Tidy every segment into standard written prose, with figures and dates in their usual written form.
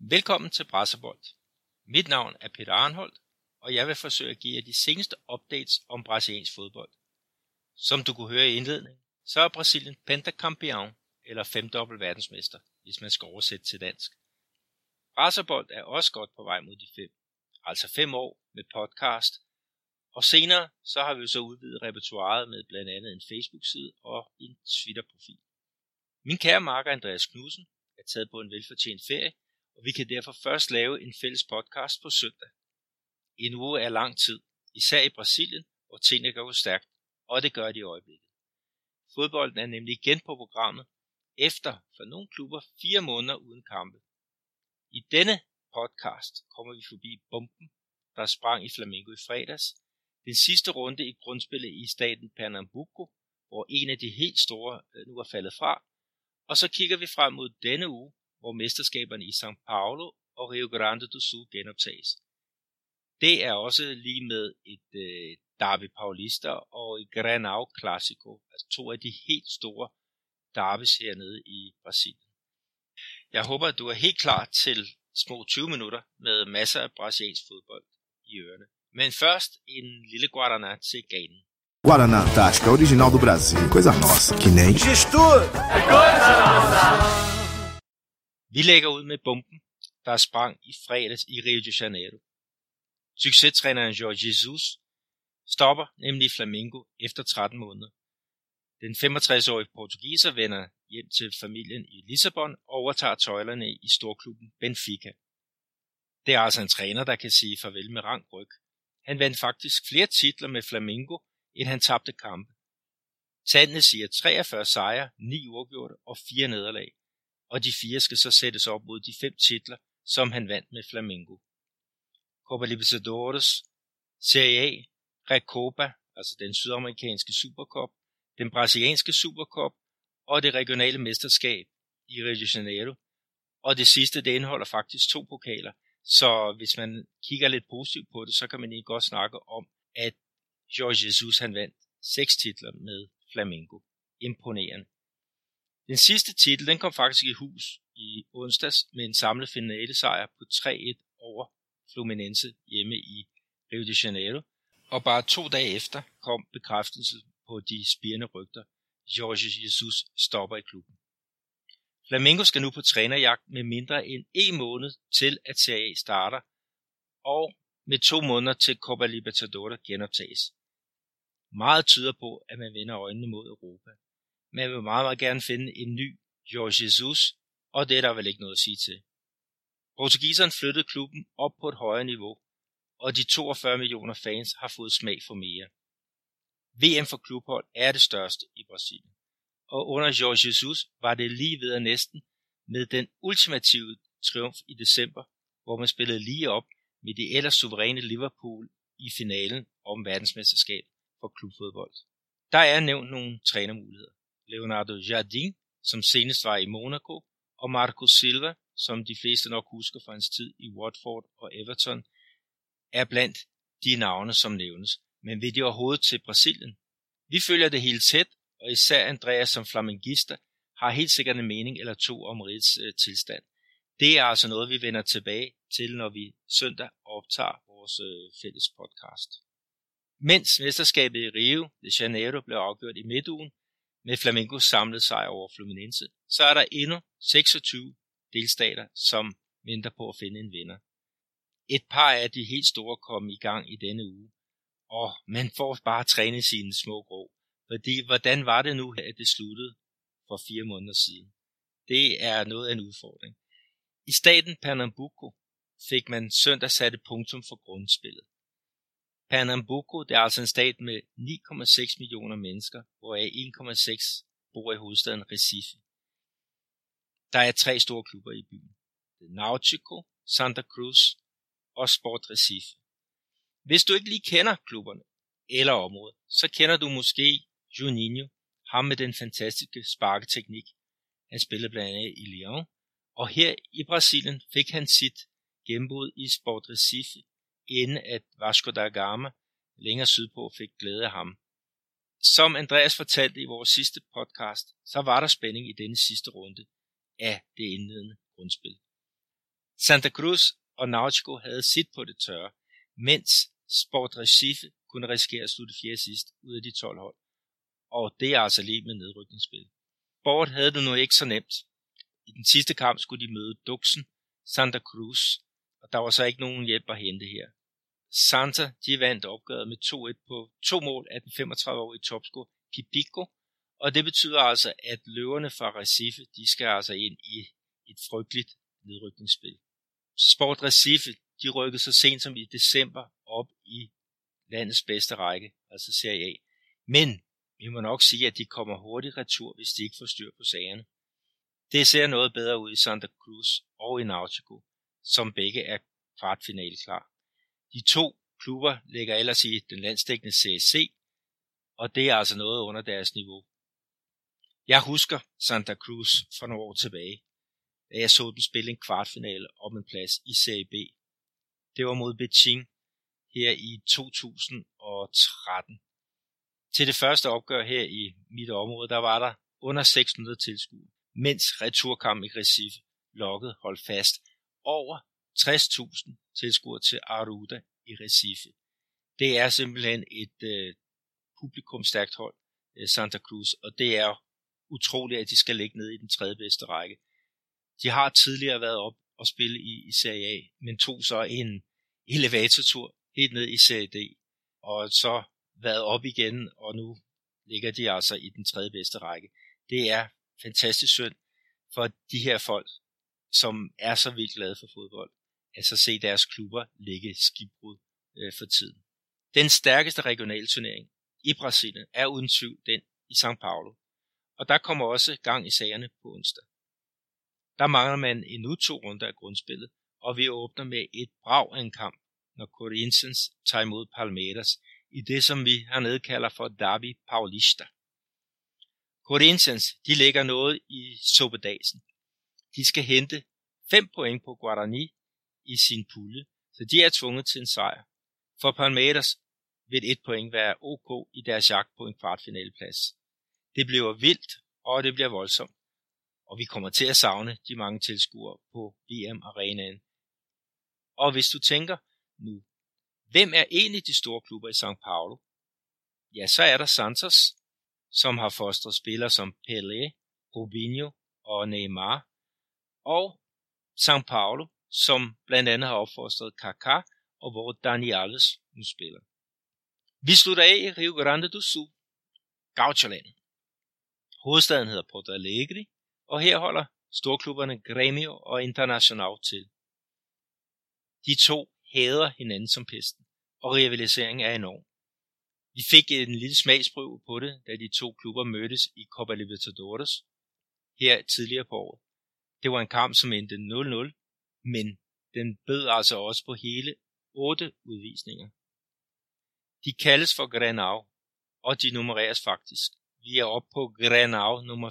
Velkommen til Brasserbold. Mit navn er Peter Arnholdt, og jeg vil forsøge at give jer de seneste updates om brasiliansk fodbold. Som du kunne høre i indledningen, så er Brasilien pentacampeão, eller femdobbelt verdensmester, hvis man skal oversætte til dansk. Brasserbold er også godt på vej mod de 5, altså 5 år med podcast, og senere så har vi så udvidet repertoiret med blandt andet en Facebook-side og en Twitter-profil. Min kære makker Andreas Knudsen er taget på en velfortjent ferie, og vi kan derfor først lave en fælles podcast på søndag. En uge er lang tid, især i Brasilien, hvor tingene går stærkt, og det gør de i øjeblikket. Fodbolden er nemlig igen på programmet, efter for nogle klubber 4 måneder uden kampe. I denne podcast kommer vi forbi bomben, der sprang i Flamengo i fredags, den sidste runde i grundspillet i staten Pernambuco, hvor en af de helt store nu er faldet fra, og så kigger vi frem mod denne uge, hvor mesterskaberne i São Paulo og Rio Grande do Sul genoptages. Det er også lige med et Derby Paulista og et Grenal Clásico, altså 2 af de helt store derbys hernede i Brasilien. Jeg håber, at du er helt klar til små 20 minutter med masser af brasiliansk fodbold i ørerne. Men først en lille Guaraná til ganen. Guaraná Antártica, original do Brasil. Coisa nossa, que nem... Gestor! Coisa nossa! Vi lægger ud med bomben, der sprang i fredags i Rio de Janeiro. Succestræneren Jorge Jesus stopper nemlig Flamengo efter 13 måneder. Den 65-årige portugiser vender hjem til familien i Lissabon og overtager tøjlerne i storklubben Benfica. Det er altså en træner, der kan sige farvel med rank ryg. Han vandt faktisk flere titler med Flamengo, end han tabte kampe. Tallene siger 43 sejre, 9 uafgjorte og 4 nederlag, og de 4 skal så sættes op mod de 5 titler, som han vandt med Flamengo. Copa Libertadores, Serie A, Recopa, altså den sydamerikanske Supercup, den brasilianske Supercup og det regionale mesterskab i Rio de Janeiro. Og det sidste, det indeholder faktisk 2 pokaler, så hvis man kigger lidt positivt på det, så kan man ikke godt snakke om, at Jorge Jesus han vandt 6 titler med Flamengo. Imponerende. Den sidste titel, den kom faktisk i hus i onsdags med en samlet finalesejr på 3-1 over Fluminense hjemme i Rio de Janeiro. Og bare 2 dage efter kom bekræftelse på de spirende rygter. Jorge Jesus stopper i klubben. Flamengo skal nu på trænerjagt med mindre end 1 måned til at Serie A starter, og med 2 måneder til Copa Libertadores genoptages. Meget tyder på, at man vender øjnene mod Europa. Man vil meget gerne finde en ny Jorge Jesus, og det er der vel ikke noget at sige til. Portugiseren flyttede klubben op på et højere niveau, og de 42 millioner fans har fået smag for mere. VM for klubhold er det største i Brasilien, og under Jorge Jesus var det lige ved at næsten med den ultimative triumf i december, hvor man spillede lige op med det ellers suveræne Liverpool i finalen om verdensmesterskab for klubfodbold. Der er nævnt nogle trænermuligheder. Leonardo Jardim, som senest var i Monaco, og Marco Silva, som de fleste nok husker fra hans tid i Watford og Everton, er blandt de navne, som nævnes. Men vil de overhovedet til Brasilien? Vi følger det helt tæt, og især Andreas som flamengista har helt sikkert en mening eller 2 om rigets tilstand. Det er altså noget, vi vender tilbage til, når vi søndag optager vores fælles podcast. Mens mesterskabet i Rio de Janeiro blev afgjort i midtugen, med Flamengos samlede sejr over Fluminense, så er der endnu 26 delstater, som venter på at finde en vinder. Et par af de helt store kom i gang i denne uge, og man får bare træne sine små grå. Fordi hvordan var det nu, at det sluttede for 4 måneder siden? Det er noget af en udfordring. I staten Pernambuco fik man søndag sat et punktum for grundspillet. Pernambuco, det er altså en stat med 9,6 millioner mennesker, hvoraf 1,6 bor i hovedstaden Recife. Der er 3 store klubber i byen. Náutico, Santa Cruz og Sport Recife. Hvis du ikke lige kender klubberne eller området, så kender du måske Juninho, ham med den fantastiske sparketeknik. Han spillede blandt andet i Lyon, og her i Brasilien fik han sit gennembrud i Sport Recife, inden at Vasco da Gama længere sydpå fik glæde af ham. Som Andreas fortalte i vores sidste podcast, så var der spænding i denne sidste runde af det indledende grundspil. Santa Cruz og Náutico havde sit på det tørre, mens Sport Recife kunne risikere at slutte fjerde sidst ud af de 12 hold. Og det er altså lige med nedrykningsspil. Sport havde det nu ikke så nemt. I den sidste kamp skulle de møde Duxen, Santa Cruz, og der var så ikke nogen hjælp at hente her. Santa, de vandt opgøret med 2-1 på 2 mål af den 35-årige topscorer Pipico, og det betyder altså, at løverne fra Recife, de skal altså ind i et frygteligt nedrykningsspil. Sport Recife, de rykkede så sent som i december op i landets bedste række, altså Serie A. Men vi må nok sige, at de kommer hurtigt retur, hvis de ikke får styr på sagerne. Det ser noget bedre ud i Santa Cruz og i Náutico, som begge er kvartfinale klar. De 2 klubber ligger ellers i den landsdækkende CSC, og det er altså noget under deres niveau. Jeg husker Santa Cruz for nogle år tilbage, da jeg så dem spille en kvartfinale om en plads i Serie B. Det var mod Beijing her i 2013. Til det første opgør her i mit område, der var der under 600 tilskuere, mens returkampen i Recife lokkede, hold fast, over 60.000 tilskuere til Arruda i Recife. Det er simpelthen et publikumstærkt hold, Santa Cruz, og det er utroligt, at de skal ligge nede i den 3. bedste række. De har tidligere været op og spille i Serie A, men tog så en elevatortur helt ned i Serie D, og så været op igen, og nu ligger de altså i den 3. bedste række. Det er fantastisk synd for de her folk, som er så vildt glade for fodbold, at så se deres klubber ligge skibbrud for tiden. Den stærkeste regionale turnering i Brasilien er uden tvivl den i São Paulo, og der kommer også gang i sagerne på onsdag. Der mangler man endnu 2 runder af grundspillet, og vi åbner med et brag af en kamp, når Corinthians tager imod Palmeiras i det, som vi hernede kalder for Derby Paulista. Corinthians, de lægger noget i suppedasen. De skal hente 5 point på Guarani i sin pulje, så de er tvunget til en sejr. For Palmeiras vil 1 point være OK i deres jagt på en kvartfinaleplads. Det bliver vildt, og det bliver voldsomt. Og vi kommer til at savne de mange tilskuere på VM-arenaen. Og hvis du tænker nu, hvem er egentlig de store klubber i São Paulo? Ja, så er der Santos, som har fostret spillere som Pelé, Robinho og Neymar. Og São Paulo, som blandt andet har opfostret Kaká, og hvor Dani Alves nu spiller. Vi slutter af i Rio Grande do Sul, Gaucholandet. Hovedstaden hedder Porto Alegre, og her holder storklubberne Grêmio og Internacional til. De 2 hader hinanden som pesten, og rivaliseringen er enorm. Vi fik en lille smagsprøve på det, da de 2 klubber mødtes i Copa Libertadores her tidligere på året. Det var en kamp, som endte 0-0, men den bød altså også på hele 8 udvisninger. De kaldes for Grenal, og de nummereres faktisk. Vi er oppe på Grenal nummer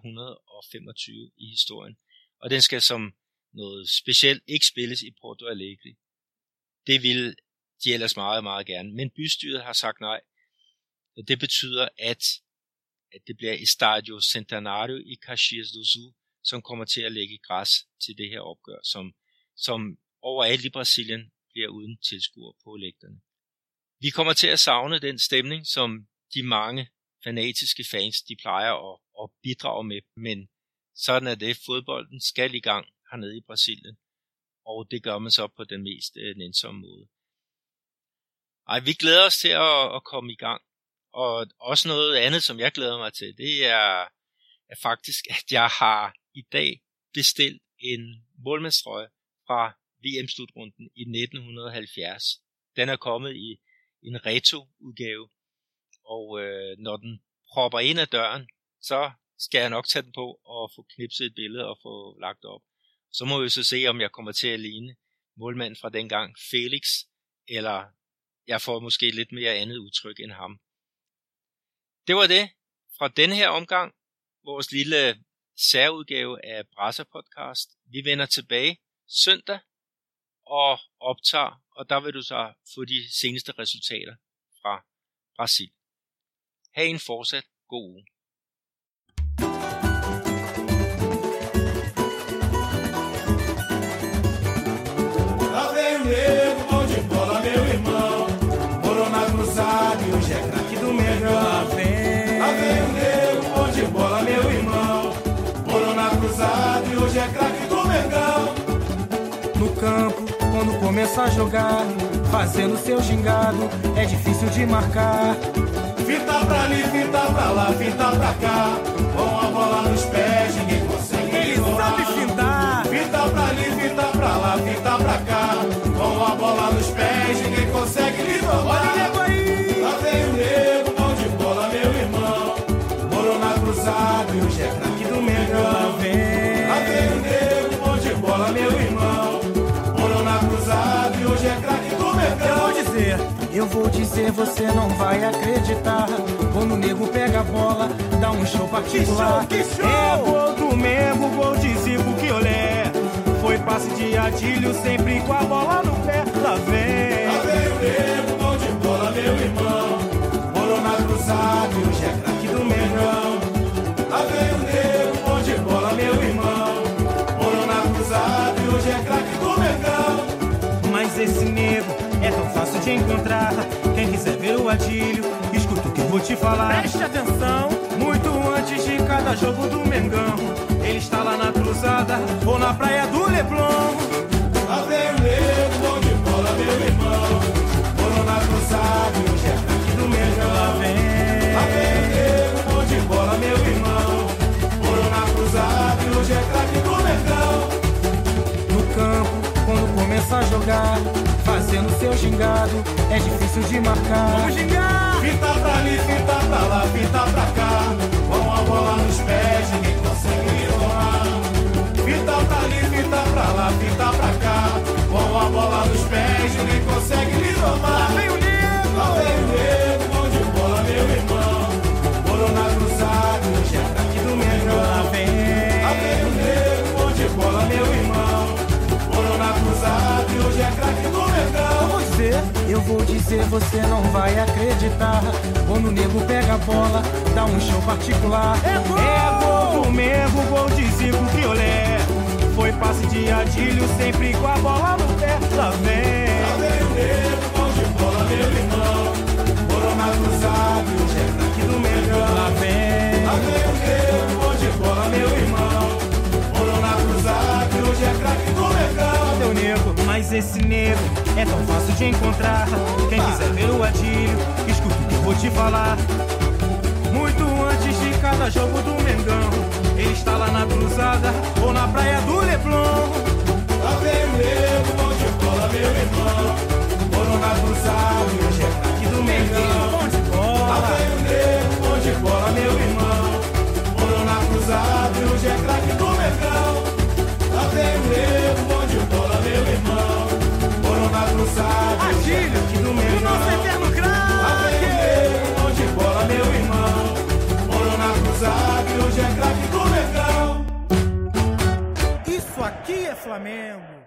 425 i historien, og den skal som noget specielt ikke spilles i Porto Alegre. Det vil de ellers meget, meget gerne, men bystyret har sagt nej. Det betyder, at det bliver Estádio Centenário i Caxias do Sul, som kommer til at lægge græs til det her opgør, som overalt i Brasilien bliver uden tilskuere på lægterne. Vi kommer til at savne den stemning, som de mange fanatiske fans, de plejer at bidrage med, men sådan er det. Fodbolden skal i gang hernede i Brasilien, og det gør man så på den mest nænsomme måde. Vi glæder os til at komme i gang, og også noget andet, som jeg glæder mig til, det er faktisk, at jeg har i dag bestilt en målmandstrøje fra VM-slutrunden i 1970. Den er kommet i en retro-udgave, og når den propper ind ad døren, så skal jeg nok tage den på og få knipset et billede og få lagt op. Så må vi så se, om jeg kommer til at ligne målmanden fra dengang, Felix, eller jeg får måske lidt mere andet udtryk end ham. Det var det fra denne her omgang, vores lille særudgave af Brasser Podcast. Vi vender tilbage søndag og optager, og der vil du så få de seneste resultater fra Brasilien. Ha' en fortsat god uge. começa a jogar, fazendo seu gingado, é difícil de marcar. Fita pra ali, fita pra lá, fita pra cá, com a bola nos pés, ninguém consegue. Ele sabe fintar. Fita pra ali, fita pra lá, fita pra cá, com a bola nos pés, ninguém consegue lhe roubar. Olha o nego aí. Lá vem o nego, mão de bola, meu irmão, morou na cruzada e hoje é craque do Mengão. Lá vem. Lá vem o nego, mão de bola, meu irmão, morou na cruzada e hoje é craque do Mengão. Eu vou dizer, você não vai acreditar. Quando o nego pega a bola, dá um show particular. Que show! É gol do Mengo, gol de Zico, que olé. Foi passe de Adílio, sempre com a bola no pé. Lá vem. Lá vem o nego, mão de bola, meu irmão, morou na cruzada e hoje é craque do Mengão. Lá vem o nego, mão de bola, meu irmão, morou na cruzada e hoje é craque do Mengão. Mas esse nego é tão fácil de encontrar. Quem quiser ver o Adílio, escuta o que eu vou te falar. Preste atenção, muito antes de cada jogo do Mengão, ele está lá na cruzada ou na praia do Leblon. Lá vem o nego, mão de bola, meu irmão, morou na cruzada e hoje é craque do Mengão. Lá vem. Lá vem o nego, mão de bola, meu irmão, morou na cruzada e hoje é craque do Mengão. No campo, quando começa a jogar, fazendo seu gingado, é difícil de marcar. Vamos gingar! Fita pra ali, fita pra lá, fita pra cá, com a bola nos pés, ninguém consegue lhe roubar. Fita pra ali, fita pra lá, fita pra cá, com a bola nos pés, ninguém consegue lhe roubar. Lá vem o nego! Lá vem o nego, mão de bola, meu irmão, morou na cruzada, hoje é craque do Mengão. Lá vem. Lá vem o nego, mão de bola, meu irmão, morou na cruzada e hoje é craque do Mengão. Eu vou dizer, você não vai acreditar. Quando o nego pega a bola, dá um show particular. É gol do Mengo, gol de Zico, que olé. Foi passe de Adílio, sempre com a bola no pé. Lá vem. Lá vem o nego, mão de bola, meu irmão, morou na cruzada e hoje é craque do Mengão. Lá vem. Lá vem o nego, mão de bola, meu irmão, morou na cruzada e hoje é craque do Mengão. Teu nego, mas esse nego é tão fácil de encontrar. Quem quiser ver o Adílio, escuta o que eu vou te falar. Muito antes de cada jogo do Mengão, ele está lá na cruzada ou na praia do Leblon. Lá vem o nego, mão de bola, meu irmão, morou na cruzada e hoje é craque do Mengão. Lá vem o nego, mão de bola, meu irmão, morou na cruzada e hoje é craque do Mengão. Lá vem o nego, mão de bola, meu irmão, morou na cruzada e hoje é craque do Mengão. O nosso eterno craque. Lá vem o nego, mão de bola, meu irmão, morou na cruzada e hoje é craque do Mengão. Isso aqui é Flamengo.